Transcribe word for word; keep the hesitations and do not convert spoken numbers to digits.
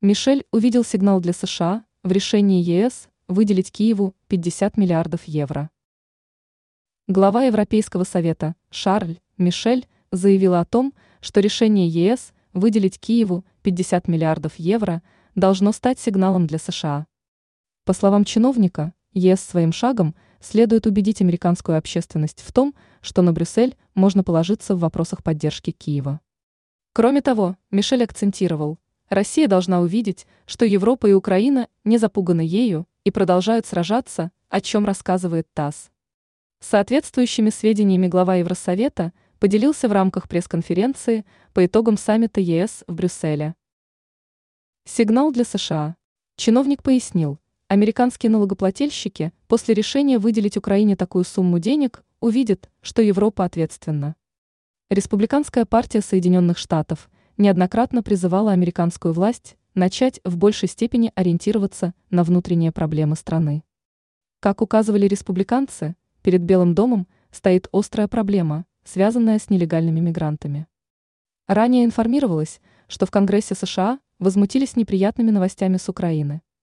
Мишель увидел сигнал для США в решении ЕС выделить Киеву пятьдесят миллиардов евро. Глава Европейского совета Шарль Мишель заявила о том, что решение ЕС выделить Киеву пятьдесят миллиардов евро должно стать сигналом для США. По словам чиновника, ЕС своим шагом следует убедить американскую общественность в том, что на Брюссель можно положиться в вопросах поддержки Киева. Кроме того, Мишель акцентировал, Россия должна увидеть, что Европа и Украина не запуганы ею и продолжают сражаться, о чем рассказывает ТАСС. Соответствующими сведениями глава Евросовета поделился в рамках пресс-конференции по итогам саммита ЕС в Брюсселе. Сигнал для США. Чиновник пояснил, американские налогоплательщики после решения выделить Украине такую сумму денег увидят, что Европа ответственна. Республиканская партия Соединенных Штатов неоднократно призывала американскую власть начать в большей степени ориентироваться на внутренние проблемы страны. Как указывали республиканцы, перед Белым домом стоит острая проблема, связанная с нелегальными мигрантами. Ранее информировалось, что в Конгрессе США возмутились неприятными новостями с Украины.